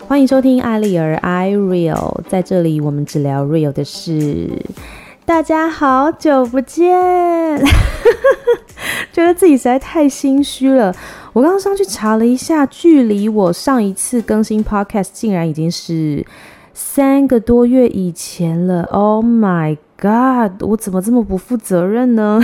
欢迎收听艾丽儿 I Real， 在这里我们只聊 real 的事。大家好久不见觉得自己实在太心虚了。我刚刚上去查了一下，距离我上一次更新 podcast 竟然已经是3个多月以前了。 Oh my god， 我怎么这么不负责任呢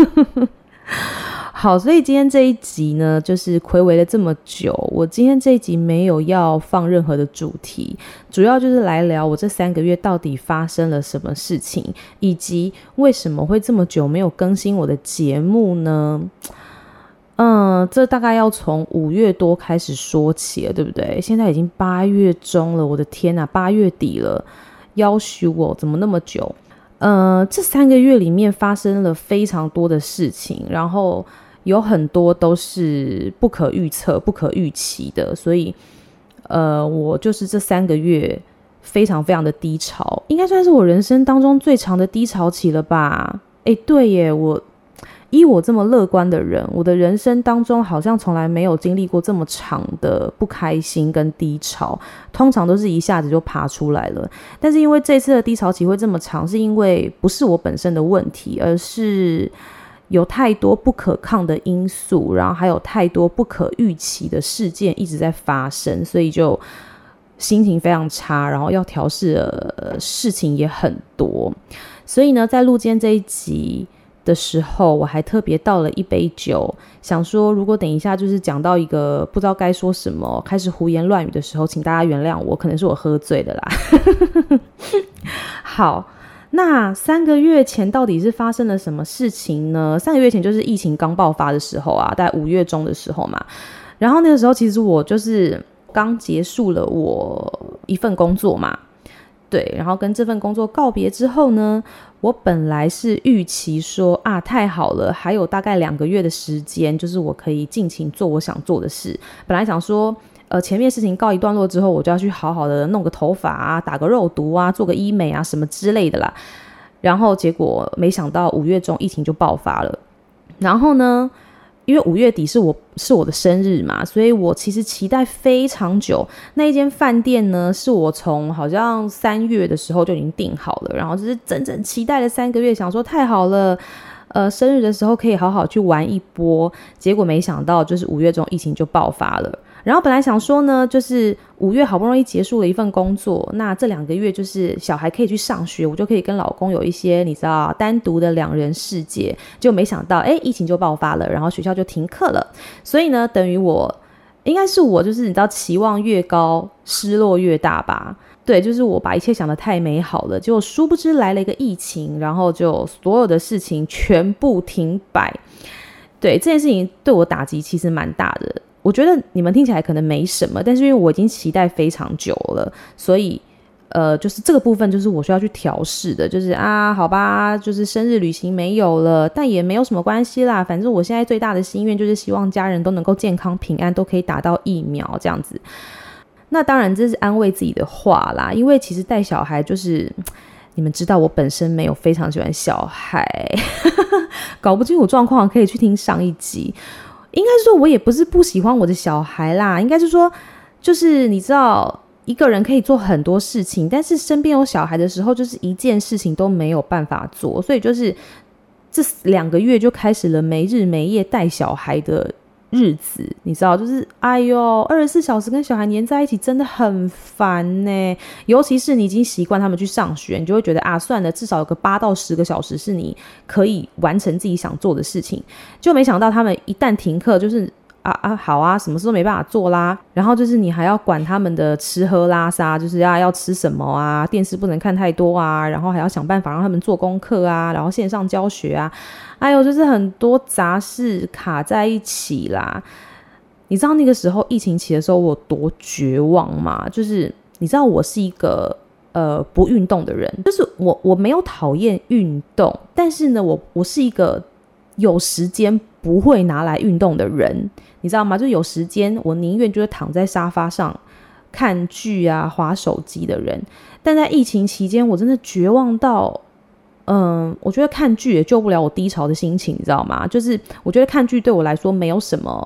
好，所以今天这一集呢，就是睽违了这么久，我今天这一集没有要放任何的主题，主要就是来聊我这3个月到底发生了什么事情，以及为什么会这么久没有更新我的节目呢？这大概要从5月多开始说起了，对不对？现在已经8月中了，我的天啊，8月底了，要求我怎么那么久？这3个月里面发生了非常多的事情，然后有很多都是不可预测、不可预期的，所以我就是这3个月非常非常的低潮，应该算是我人生当中最长的低潮期了吧？对耶，以我这么乐观的人，我的人生当中好像从来没有经历过这么长的不开心跟低潮，通常都是一下子就爬出来了。但是因为这次的低潮期会这么长，是因为不是我本身的问题，而是有太多不可抗的因素，然后还有太多不可预期的事件一直在发生，所以就心情非常差，然后要调试的事情也很多。所以呢，在录今天这一集的时候，我还特别倒了一杯酒，想说如果等一下就是讲到一个不知道该说什么，开始胡言乱语的时候，请大家原谅我，可能是我喝醉的啦好，那3个月前到底是发生了什么事情呢？3个月前就是疫情刚爆发的时候啊，大概5月中的时候嘛。然后那个时候其实我就是刚结束了我一份工作嘛，对，然后跟这份工作告别之后呢，我本来是预期说啊，太好了，还有大概2个月的时间，就是我可以尽情做我想做的事。本来想说前面事情告一段落之后，我就要去好好的弄个头发啊，打个肉毒啊，做个医美啊什么之类的啦。然后结果没想到5月中疫情就爆发了。然后呢，因为5月底是我的生日嘛，所以我其实期待非常久。那一间饭店呢，是我从好像3月的时候就已经订好了，然后就是整整期待了3个月，想说太好了，生日的时候可以好好去玩一波。结果没想到就是5月中疫情就爆发了。然后本来想说呢，就是5月好不容易结束了一份工作，那这2个月就是小孩可以去上学，我就可以跟老公有一些你知道单独的2人世界。就没想到疫情就爆发了，然后学校就停课了。所以呢，等于应该是我就是你知道期望越高失落越大吧。对，就是我把一切想得太美好了，结果殊不知来了一个疫情，然后就所有的事情全部停摆。对，这件事情对我打击其实蛮大的。我觉得你们听起来可能没什么，但是因为我已经期待非常久了，所以就是这个部分就是我需要去调试的，就是好吧，就是生日旅行没有了，但也没有什么关系啦，反正我现在最大的心愿就是希望家人都能够健康平安，都可以打到疫苗这样子。那当然这是安慰自己的话啦，因为其实带小孩就是你们知道我本身没有非常喜欢小孩搞不清楚状况可以去听上一集。应该说我也不是不喜欢我的小孩啦，应该是说就是你知道一个人可以做很多事情，但是身边有小孩的时候就是一件事情都没有办法做，所以就是这2个月就开始了没日没夜带小孩的日子。你知道就是24小时跟小孩黏在一起真的很烦呢。尤其是你已经习惯他们去上学，你就会觉得算了，至少有个8到10个小时是你可以完成自己想做的事情。就没想到他们一旦停课就是好啊，什么事都没办法做啦。然后就是你还要管他们的吃喝拉撒，就是要吃什么啊，电视不能看太多啊，然后还要想办法让他们做功课啊，然后线上教学啊，就是很多杂事卡在一起啦。你知道那个时候疫情期的时候我有多绝望吗？就是你知道我是一个不运动的人，就是我没有讨厌运动，但是呢我是一个有时间不会拿来运动的人，你知道吗？就有时间我宁愿就是躺在沙发上看剧啊滑手机的人。但在疫情期间我真的绝望到我觉得看剧也救不了我低潮的心情，你知道吗？就是我觉得看剧对我来说没有什么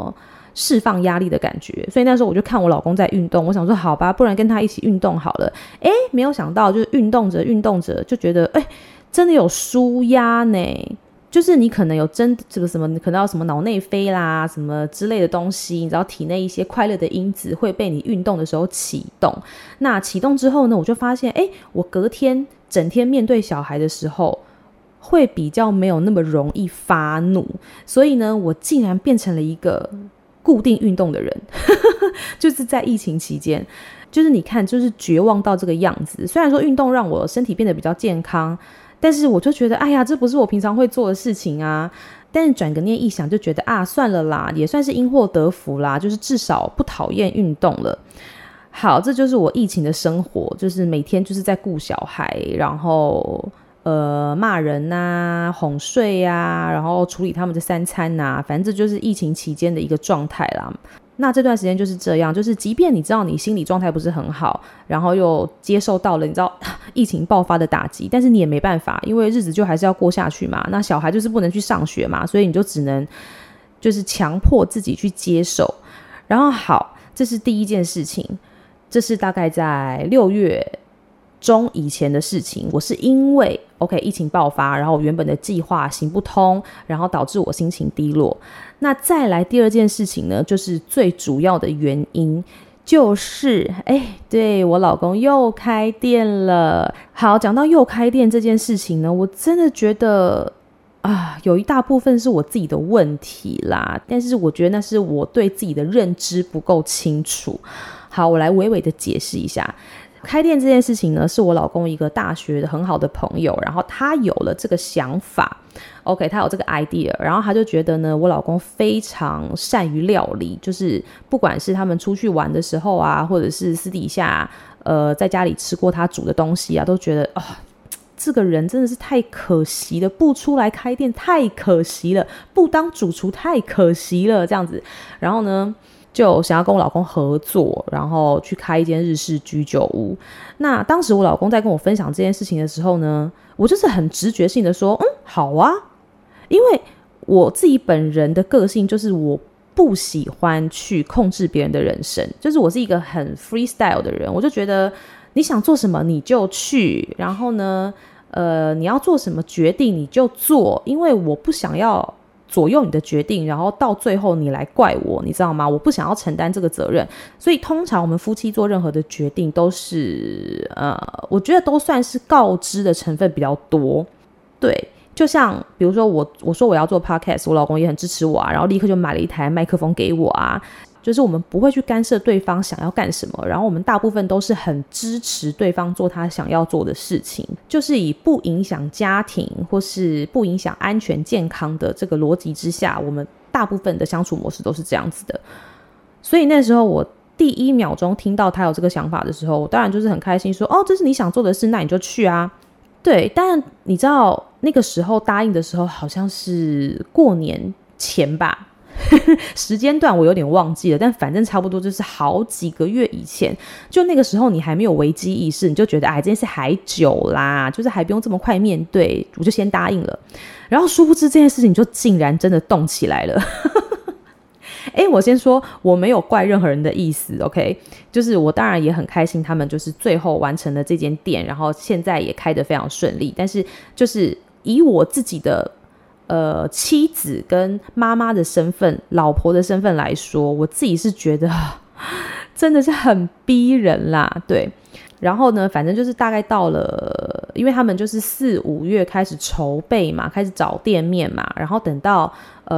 释放压力的感觉。所以那时候我就看我老公在运动，我想说好吧，不然跟他一起运动好了。没有想到就是运动着就觉得真的有舒压呢。就是你可能有这个什么，你可能要什么脑内啡啦什么之类的东西，你知道体内一些快乐的因子会被你运动的时候启动。那启动之后呢，我就发现我隔天整天面对小孩的时候会比较没有那么容易发怒，所以呢我竟然变成了一个固定运动的人就是在疫情期间，就是你看就是绝望到这个样子。虽然说运动让我身体变得比较健康，但是我就觉得这不是我平常会做的事情啊。但是转个念一想就觉得算了啦，也算是因祸得福啦，就是至少不讨厌运动了。好，这就是我疫情的生活，就是每天就是在顾小孩，然后骂人啊，哄睡啊，然后处理他们的3餐啊，反正这就是疫情期间的一个状态啦。那这段时间就是这样，就是即便你知道你心理状态不是很好，然后又接受到了你知道疫情爆发的打击，但是你也没办法，因为日子就还是要过下去嘛。那小孩就是不能去上学嘛，所以你就只能就是强迫自己去接受。然后好，这是第一件事情，这是大概在6月中以前的事情。我是因为疫情爆发，然后我原本的计划行不通，然后导致我心情低落。那再来第二件事情呢，就是最主要的原因，就是对，我老公又开店了。好，讲到又开店这件事情呢，我真的觉得有一大部分是我自己的问题啦，但是我觉得那是我对自己的认知不够清楚。好，我来娓娓的解释一下。开店这件事情呢，是我老公一个大学的很好的朋友，然后他有了这个想法他有这个 idea， 然后他就觉得呢，我老公非常善于料理，就是不管是他们出去玩的时候啊，或者是私底下在家里吃过他煮的东西啊，都觉得这个人真的是太可惜了，不出来开店太可惜了，不当主厨太可惜了这样子。然后呢就想要跟我老公合作，然后去开一间日式居酒屋。那当时我老公在跟我分享这件事情的时候呢，我就是很直觉性的说好啊。因为我自己本人的个性就是我不喜欢去控制别人的人生，就是我是一个很 freestyle 的人，我就觉得你想做什么你就去，然后呢你要做什么决定你就做，因为我不想要左右你的决定，然后到最后你来怪我，你知道吗？我不想要承担这个责任。所以通常我们夫妻做任何的决定都是我觉得都算是告知的成分比较多。对，就像比如说我说我要做 podcast， 我老公也很支持我啊，然后立刻就买了一台麦克风给我啊。就是我们不会去干涉对方想要干什么，然后我们大部分都是很支持对方做他想要做的事情，就是以不影响家庭或是不影响安全健康的这个逻辑之下，我们大部分的相处模式都是这样子的。所以那时候我第一秒钟听到他有这个想法的时候，我当然就是很开心说这是你想做的事，那你就去啊。对，但你知道那个时候答应的时候好像是过年前吧时间段我有点忘记了，但反正差不多就是好几个月以前。就那个时候你还没有危机意识，你就觉得这件事还久啦，就是还不用这么快面对，我就先答应了。然后殊不知这件事情就竟然真的动起来了我先说我没有怪任何人的意思 OK， 就是我当然也很开心他们就是最后完成了这间店，然后现在也开得非常顺利。但是就是以我自己的妻子跟妈妈的身份，老婆的身份来说，我自己是觉得真的是很逼人啦。对，然后呢反正就是大概到了，因为他们就是4、5月开始筹备嘛，开始找店面嘛，然后等到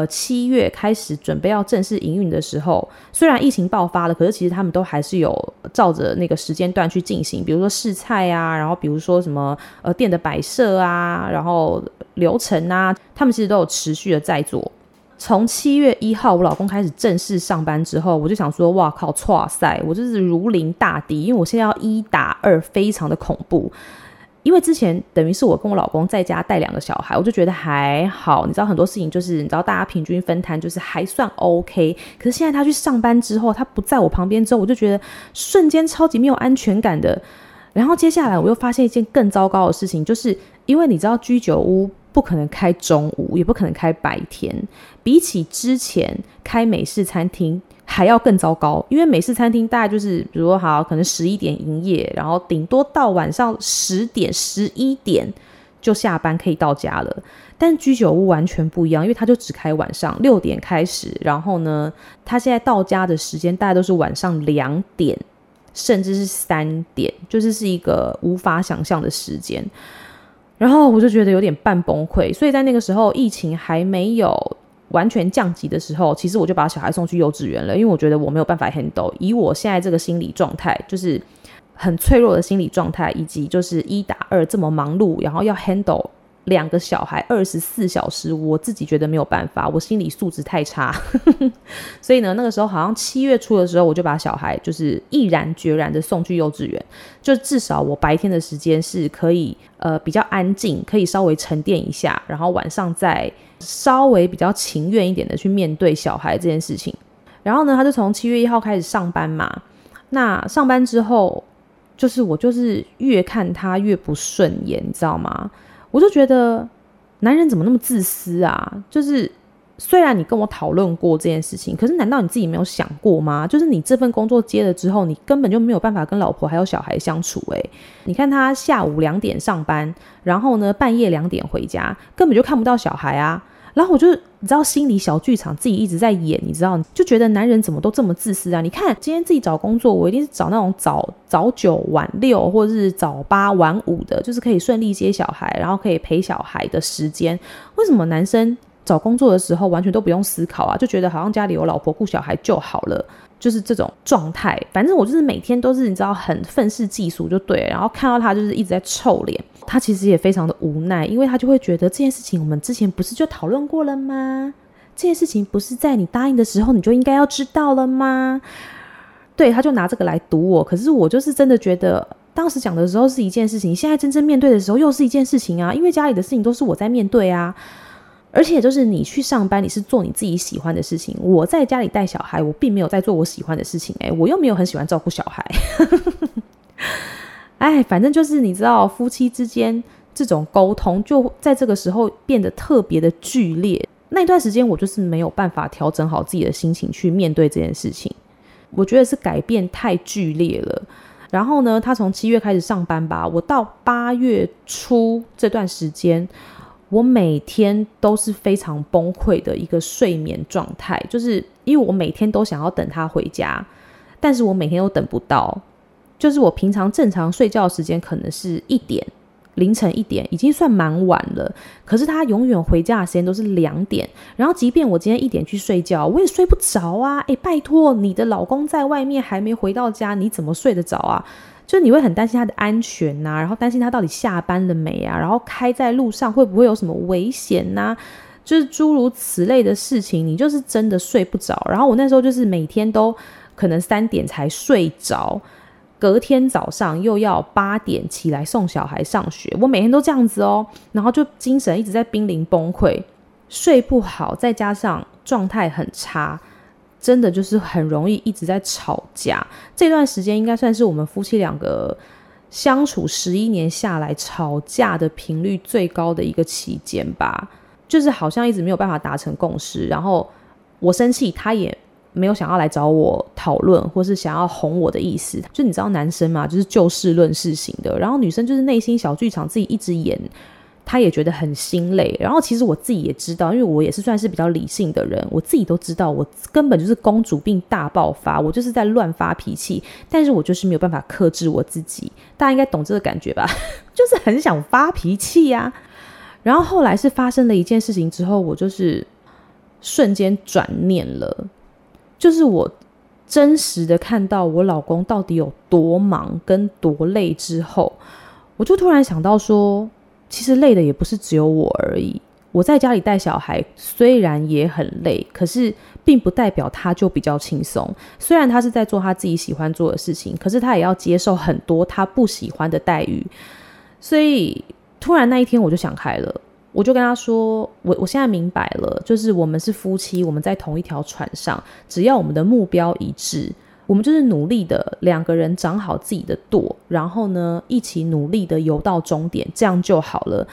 7月开始准备要正式营运的时候，虽然疫情爆发了，可是其实他们都还是有照着那个时间段去进行，比如说试菜啊，然后比如说什么店的摆设啊，然后流程啊，他们其实都有持续的在做。从7月1号我老公开始正式上班之后，我就想说哇靠，剉赛，我就是如临大敌，因为我现在要1打2，非常的恐怖。因为之前等于是我跟我老公在家带2个小孩，我就觉得还好，你知道很多事情就是你知道大家平均分摊就是还算 OK。 可是现在他去上班之后，他不在我旁边之后，我就觉得瞬间超级没有安全感的。然后接下来我又发现一件更糟糕的事情，就是因为你知道居酒屋不可能开中午，也不可能开白天，比起之前开美式餐厅还要更糟糕。因为美式餐厅大概就是比如说好可能11点营业，然后顶多到晚上10点11点就下班可以到家了。但居酒屋完全不一样，因为它就只开晚上6点开始，然后呢它现在到家的时间大概都是晚上2点甚至是3点，是一个无法想象的时间。然后我就觉得有点半崩溃，所以在那个时候疫情还没有完全降级的时候，其实我就把小孩送去幼稚园了，因为我觉得我没有办法 handle， 以我现在这个心理状态，就是很脆弱的心理状态，以及就是1打2这么忙碌，然后要 handle 2个小孩24小时，我自己觉得没有办法，我心理素质太差所以呢那个时候好像7月初的时候，我就把小孩就是毅然决然的送去幼稚园，就至少我白天的时间是可以比较安静，可以稍微沉淀一下，然后晚上再稍微比较情愿一点的去面对小孩这件事情。然后呢他就从7月1号开始上班嘛，那上班之后我就是越看他越不顺眼，你知道吗？我就觉得男人怎么那么自私啊，虽然你跟我讨论过这件事情，可是难道你自己没有想过吗？你这份工作接了之后，你根本就没有办法跟老婆还有小孩相处你看他下午2点上班，然后呢半夜2点回家，根本就看不到小孩啊。然后我就你知道心理小剧场自己一直在演，你知道就觉得男人怎么都这么自私啊。你看今天自己找工作，我一定是找那种早9晚6或者是早8晚5的，可以顺利接小孩，然后可以陪小孩的时间。为什么男生找工作的时候完全都不用思考啊，就觉得好像家里有老婆顾小孩就好了，这种状态。反正我每天都是你知道很愤世嫉俗就对了，然后看到他一直在臭脸，他其实也非常的无奈，因为他就会觉得这件事情我们之前不是就讨论过了吗？这件事情不是在你答应的时候你就应该要知道了吗？对，他就拿这个来堵我。可是我真的觉得当时讲的时候是一件事情，现在真正面对的时候又是一件事情啊，因为家里的事情都是我在面对啊。而且你去上班，你是做你自己喜欢的事情，我在家里带小孩，我并没有在做我喜欢的事情我又没有很喜欢照顾小孩反正你知道夫妻之间这种沟通就在这个时候变得特别的剧烈。那段时间我没有办法调整好自己的心情去面对这件事情，我觉得是改变太剧烈了。然后呢他从7月开始上班吧，我到8月初这段时间我每天都是非常崩溃的一个睡眠状态，因为我每天都想要等他回家，但是我每天都等不到。我平常正常睡觉的时间可能是1点，凌晨1点已经算蛮晚了，可是他永远回家的时间都是2点，然后即便我今天1点去睡觉我也睡不着啊。拜托，你的老公在外面还没回到家，你怎么睡得着啊？你会很担心他的安全啊，然后担心他到底下班了没啊，然后开在路上会不会有什么危险啊，诸如此类的事情，你真的睡不着。然后我那时候每天都可能3点才睡着，隔天早上又要8点起来送小孩上学，我每天都这样子然后就精神一直在濒临崩溃，睡不好，再加上状态很差，真的很容易一直在吵架。这段时间应该算是我们夫妻2个相处11年下来吵架的频率最高的一个期间吧，好像一直没有办法达成共识，然后我生气他也没有想要来找我讨论或是想要哄我的意思。你知道男生嘛，就事论事型的，然后女生内心小剧场自己一直演，他也觉得很心累。然后其实我自己也知道，因为我也是算是比较理性的人，我自己都知道我根本就是公主病大爆发，我在乱发脾气，但是我没有办法克制我自己。大家应该懂这个感觉吧很想发脾气啊。然后后来是发生了一件事情之后，我瞬间转念了，我真实的看到我老公到底有多忙跟多累之后，我就突然想到说，其实累的也不是只有我而已。我在家里带小孩虽然也很累，可是并不代表他就比较轻松。虽然他是在做他自己喜欢做的事情，可是他也要接受很多他不喜欢的待遇。所以突然那一天我就想开了，我就跟他说，我现在明白了，我们是夫妻，我们在同一条船上，只要我们的目标一致，我们努力的2个人掌好自己的舵，然后呢一起努力的游到终点，这样就好了。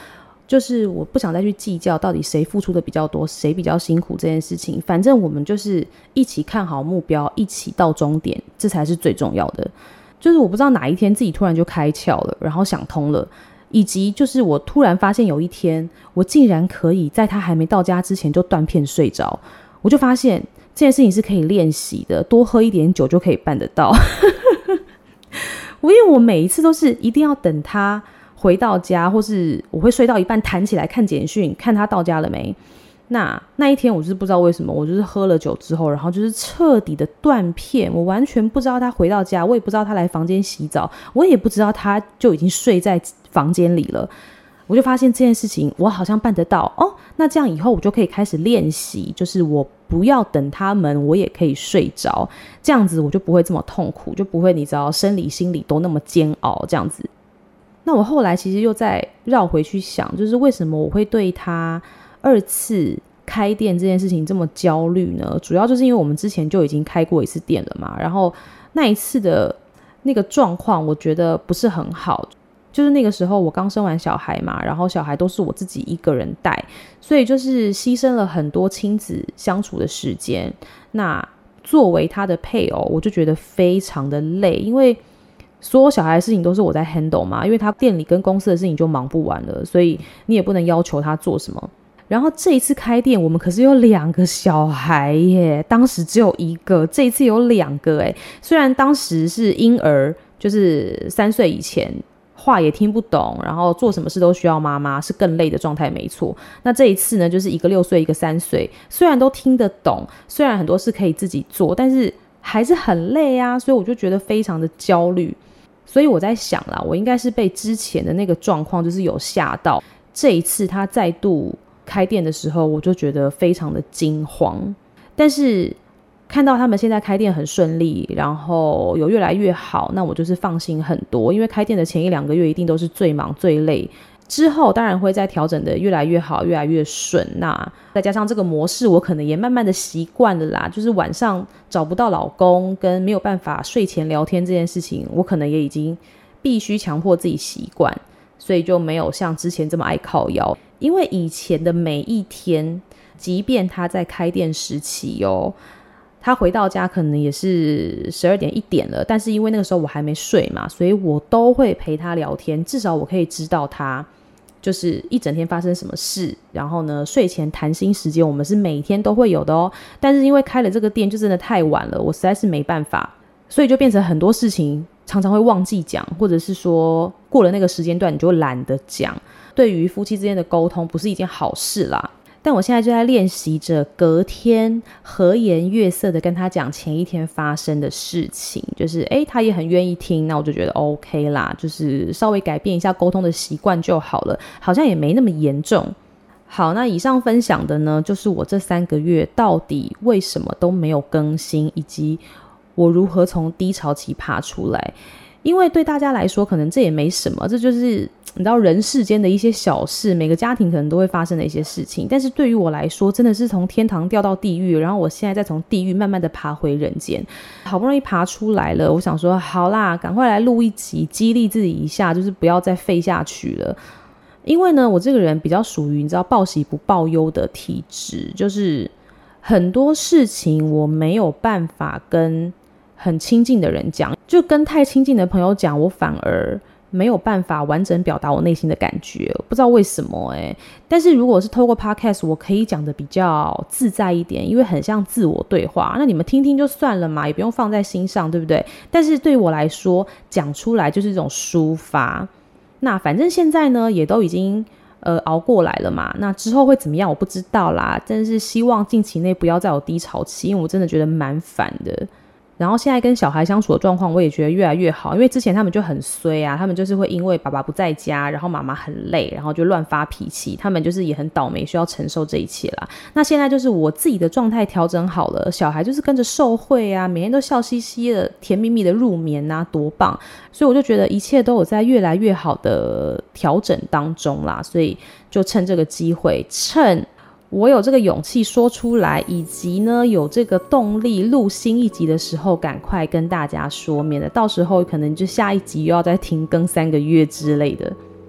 就是我不想再去计较到底谁付出的比较多，谁比较辛苦这件事情，反正我们就是一起看好目标，一起到终点，这才是最重要的。就是我不知道哪一天自己突然就开窍了，然后想通了，以及就是我突然发现有一天我竟然可以在他还没到家之前就断片睡着，我就发现这件事情是可以练习的，多喝一点酒就可以办得到。因为我每一次都是一定要等他回到家，或是我会睡到一半弹起来看简讯，看他到家了没。那一天我就是不知道为什么，我就是喝了酒之后，然后就是彻底的断片，我完全不知道他回到家，我也不知道他来房间洗澡，我也不知道他就已经睡在房间里了。我就发现这件事情我好像办得到哦，那这样以后我就可以开始练习，就是我不要等他们，我也可以睡着，这样子我就不会这么痛苦，就不会你知道生理心理都那么煎熬这样子。那我后来其实又再绕回去想，就是为什么我会对他2次开店这件事情这么焦虑呢？主要就是因为我们之前就已经开过一次店了嘛，然后那一次的那个状况我觉得不是很好，就是那个时候我刚生完小孩嘛，然后小孩都是我自己一个人带，所以就是牺牲了很多亲子相处的时间。那作为他的配偶，我就觉得非常的累，因为所有小孩的事情都是我在 handle 嘛，因为他店里跟公司的事情就忙不完了，所以你也不能要求他做什么。然后这一次开店我们可是有2个小孩耶，当时只有1个，这一次有2个耶。虽然当时是婴儿，就是3岁以前，话也听不懂，然后做什么事都需要妈妈，是更累的状态没错。那这一次呢，就是一个6岁一个3岁，虽然都听得懂，虽然很多事可以自己做，但是还是很累啊，所以我就觉得非常的焦虑。所以我在想啦，我应该是被之前的那个状况就是有吓到，这一次他再度开店的时候，我就觉得非常的惊慌。但是看到他们现在开店很顺利，然后有越来越好，那我就是放心很多。因为开店的前1-2个月一定都是最忙最累，之后当然会再调整的越来越好，越来越顺。那再加上这个模式我可能也慢慢的习惯了啦，就是晚上找不到老公跟没有办法睡前聊天这件事情，我可能也已经必须强迫自己习惯，所以就没有像之前这么爱靠腰。因为以前的每一天，即便他在开店时期哦，他回到家可能也是12点1点了，但是因为那个时候我还没睡嘛，所以我都会陪他聊天，至少我可以知道他就是一整天发生什么事，然后呢睡前谈心时间我们是每天都会有的哦。但是因为开了这个店就真的太晚了，我实在是没办法，所以就变成很多事情常常会忘记讲，或者是说过了那个时间段你就懒得讲。对于夫妻之间的沟通不是一件好事啦，但我现在就在练习着隔天和颜悦色的跟他讲前一天发生的事情，就是他也很愿意听，那我就觉得 OK 啦，就是稍微改变一下沟通的习惯就好了，好像也没那么严重。好，那以上分享的呢，就是我这3个月到底为什么都没有更新，以及我如何从低潮期爬出来。因为对大家来说可能这也没什么，这就是你知道人世间的一些小事，每个家庭可能都会发生的一些事情，但是对于我来说真的是从天堂掉到地狱，然后我现在再从地狱慢慢的爬回人间，好不容易爬出来了，我想说好啦，赶快来录一集激励自己一下，就是不要再废下去了。因为呢我这个人比较属于你知道报喜不报忧的体质，就是很多事情我没有办法跟很亲近的人讲，就跟太亲近的朋友讲，我反而没有办法完整表达我内心的感觉，不知道为什么但是如果是透过 podcast 我可以讲的比较自在一点，因为很像自我对话，那你们听听就算了嘛，也不用放在心上，对不对？但是对于我来说讲出来就是一种抒发。那反正现在呢也都已经熬过来了嘛，那之后会怎么样我不知道啦，但是希望近期内不要再有低潮期，因为我真的觉得蛮烦的。然后现在跟小孩相处的状况我也觉得越来越好，因为之前他们就很衰啊，他们就是会因为爸爸不在家，然后妈妈很累，然后就乱发脾气，他们就是也很倒霉需要承受这一切啦。那现在就是我自己的状态调整好了，小孩就是跟着受惠啊，每天都笑嘻嘻的甜蜜蜜的入眠啊，多棒。所以我就觉得一切都有在越来越好的调整当中啦，所以就趁这个机会，趁我有这个勇气说出来，以及呢有这个动力录新一集的时候赶快跟大家说，免得到时候可能就下一集又要再停更3个月之类的。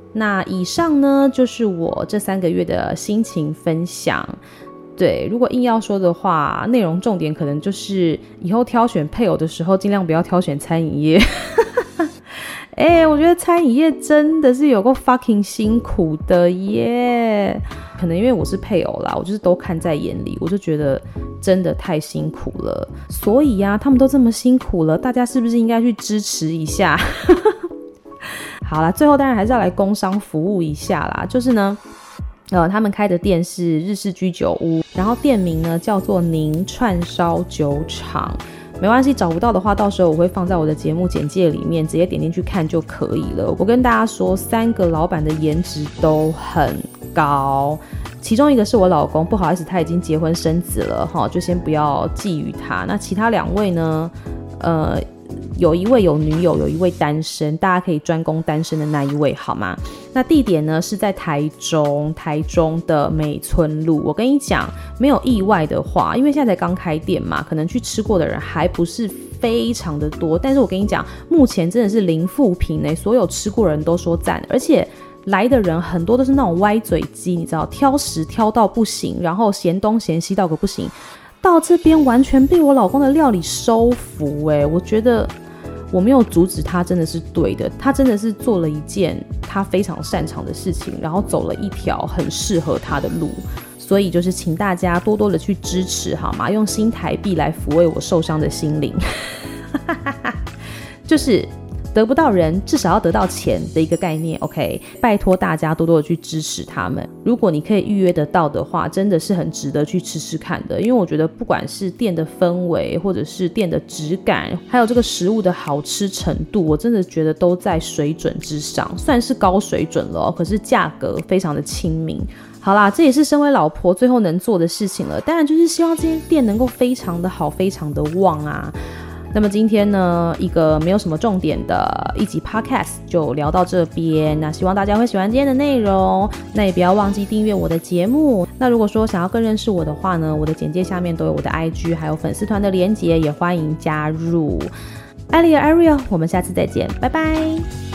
那以上呢就是我这3个月的心情分享。对，如果硬要说的话，内容重点可能就是以后挑选配偶的时候尽量不要挑选餐饮业。我觉得餐饮业真的是有够 fucking 辛苦的耶。可能因为我是配偶啦，我就是都看在眼里，我就觉得真的太辛苦了。所以啊，他们都这么辛苦了，大家是不是应该去支持一下？好啦，最后当然还是要来工商服务一下啦，就是呢他们开的店是日式居酒屋，然后店名呢叫做宁串烧酒厂。没关系，找不到的话，到时候我会放在我的节目简介里面，直接点进去看就可以了。我跟大家说，3个老板的颜值都很高，其中一个是我老公，不好意思，他已经结婚生子了，就先不要觊觎他。那其他2位呢，有一位有女友，有一位单身，大家可以专攻单身的那一位好吗？那地点呢是在台中的美村路。我跟你讲，没有意外的话，因为现在才刚开店嘛，可能去吃过的人还不是非常的多，但是我跟你讲，目前真的是零负评欸，所有吃过的人都说赞，而且来的人很多都是那种歪嘴鸡，你知道，挑食挑到不行，然后嫌东嫌西到个不行，到这边完全被我老公的料理收服欸。我觉得我没有阻止他，真的是对的，他真的是做了一件他非常擅长的事情，然后走了一条很适合他的路，所以就是请大家多多的去支持好吗？用新台币来抚慰我受伤的心灵。就是得不到人至少要得到钱的一个概念 OK， 拜托大家多多的去支持他们，如果你可以预约得到的话，真的是很值得去吃吃看的。因为我觉得不管是店的氛围，或者是店的质感，还有这个食物的好吃程度，我真的觉得都在水准之上，算是高水准了可是价格非常的亲民。好啦，这也是身为老婆最后能做的事情了，当然就是希望这间店能够非常的好，非常的旺啊。那么今天呢，一个没有什么重点的一集 podcast 就聊到这边，那希望大家会喜欢今天的内容，那也不要忘记订阅我的节目。那如果说想要更认识我的话呢，我的简介下面都有我的 IG 还有粉丝团的连结，也欢迎加入。艾莉尔 Ariel， 我们下次再见，拜拜。